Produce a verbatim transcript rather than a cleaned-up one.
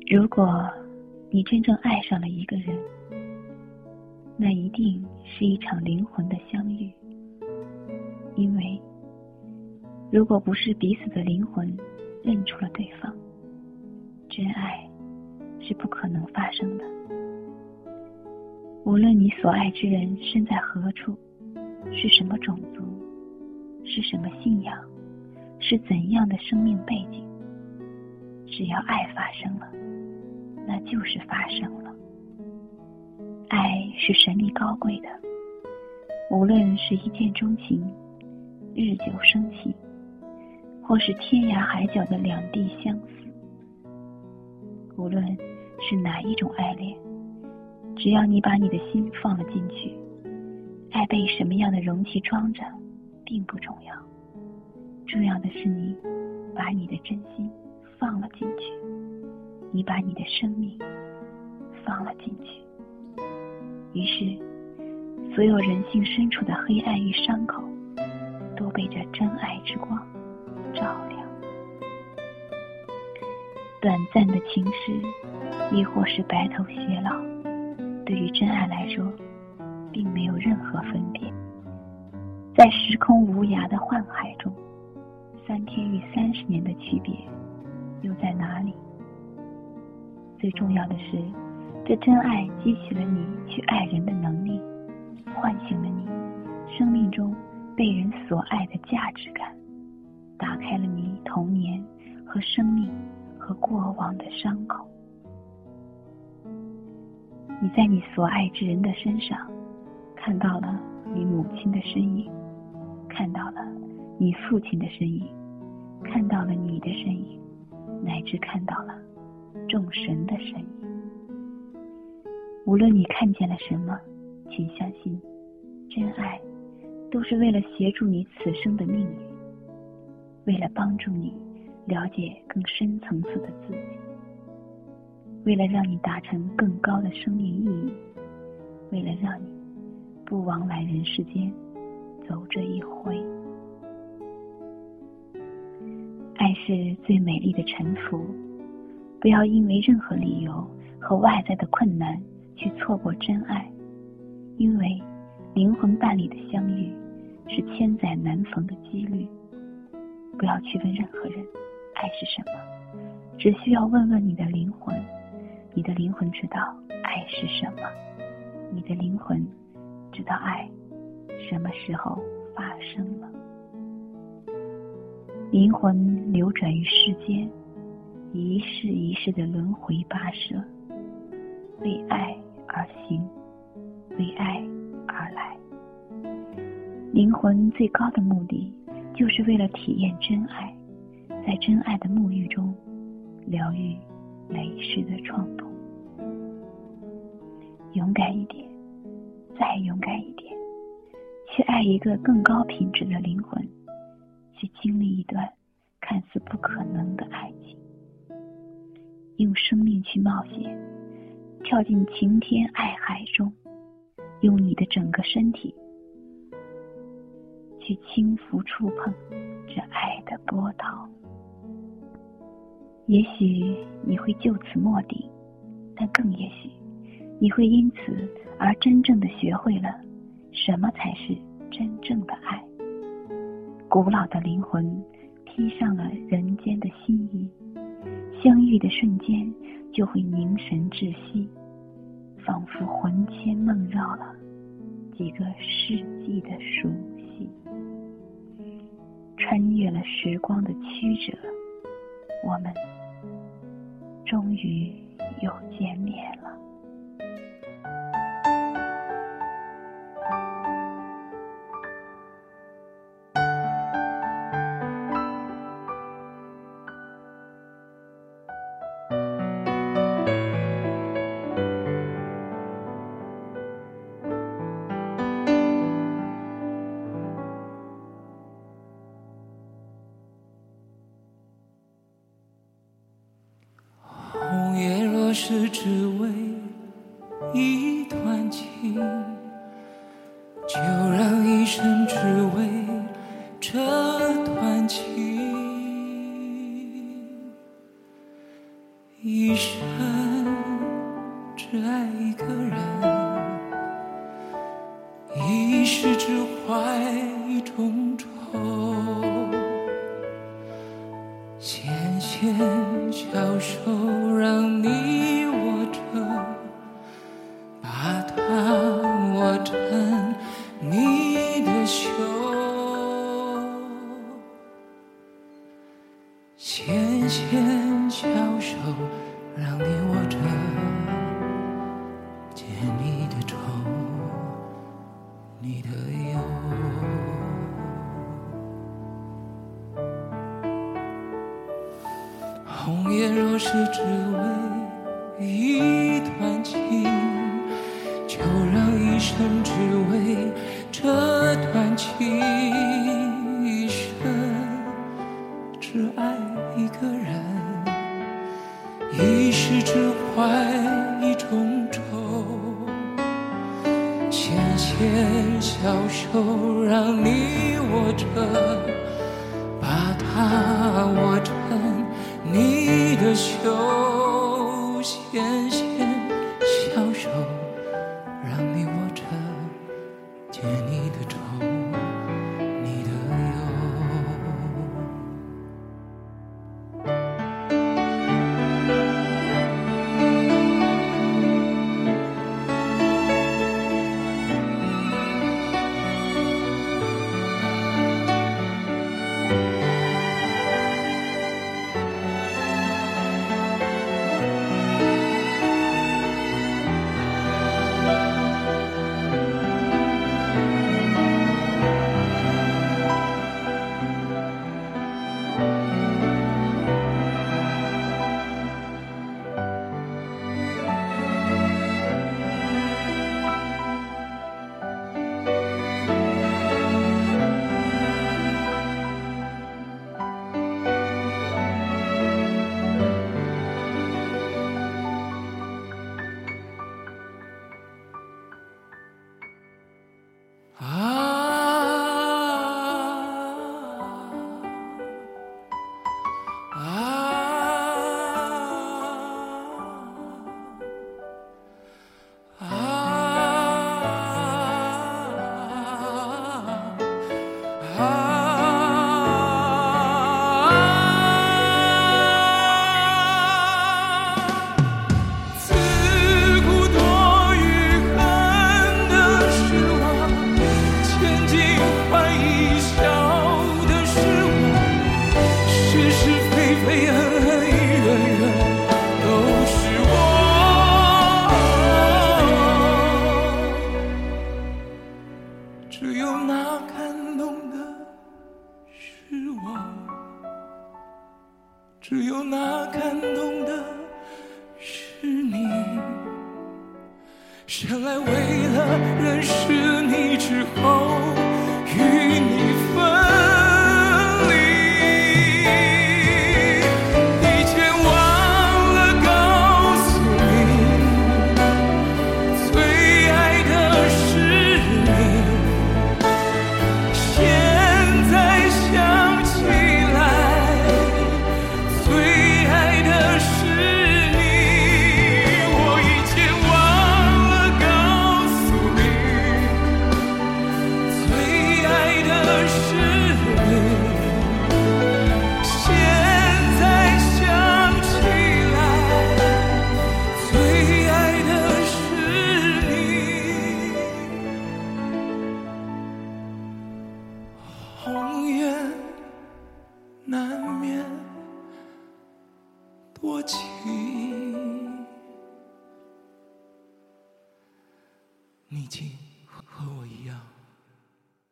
如果你真正爱上了一个人，那一定是一场灵魂的相遇。因为如果不是彼此的灵魂认出了对方，真爱是不可能发生的。无论你所爱之人身在何处，是什么种族，是什么信仰，是怎样的生命背景，只要爱发生了，那就是发生了。爱是神秘高贵的，无论是一见钟情、日久生情，或是天涯海角的两地相思，无论是哪一种爱恋，只要你把你的心放了进去，爱被什么样的容器装着并不重要，重要的是你把你的真心放了进去，你把你的生命放了进去。于是所有人性深处的黑暗与伤口都被这真爱之光照亮。短暂的情诗，亦或是白头偕老，对于真爱来说并没有任何分别。在时空无涯的幻海中，三天与三十年的区别又在哪里？最重要的是，这真爱激起了你去爱人的能力，唤醒了你生命中被人所爱的价值感，打开了你童年和生命和过往的伤口。你在你所爱之人的身上看到了你母亲的身影，看到了你父亲的身影，看到了你的身影，乃至看到了众神的身影。无论你看见了什么，请相信，真爱都是为了协助你此生的命运，为了帮助你了解更深层次的自己，为了让你达成更高的生命意义，为了让你不枉来人世间走这一回。爱是最美丽的臣服，不要因为任何理由和外在的困难去错过真爱，因为灵魂伴侣的相遇是千载难逢的几率。不要去问任何人爱是什么，只需要问问你的灵魂，你的灵魂知道爱是什么，你的灵魂知道爱什么时候发生了。灵魂流转于世间，一世一世的轮回跋涉，为爱而行，为爱而来。灵魂最高的目的就是为了体验真爱，在真爱的沐浴中疗愈累世的创痛。勇敢一点，再勇敢一点，去爱一个更高品质的灵魂，去经历一段看似不可能的爱情。用生命去冒险，跳进晴天爱海中，用你的整个身体去轻抚触碰这爱的波涛。也许你会就此没顶，但更也许你会因此而真正的学会了什么才是真正的爱。古老的灵魂披上了人间的新衣，相遇的瞬间就会凝神窒息，仿佛魂牵梦绕了几个世纪的熟悉。穿越了时光的曲折，我们终于又见面了。 若是只为一段情，就让一生只为这段情。 一生只爱一个人，一世只怀一种愁。纤纤小手让你握着，把它握成你的袖。纤纤小手让你握着，解你的愁，你的忧。红颜若是只为一段情，就让一生只为这段情。一生只爱一个人，一世只怀一种愁。纤纤小手让你握着，把它握成你的袖。纤纤小手让你握着，解你的愁，你的忧。只有那感动的是我，只有那感动的是你。生来为了认识你之后，与你分离。以前忘了告诉你，最爱的是你。现在想起来，最爱的是你。我以前忘了告诉你，最爱的是你。现在想起来，最爱的是你。红颜难免多情，你竟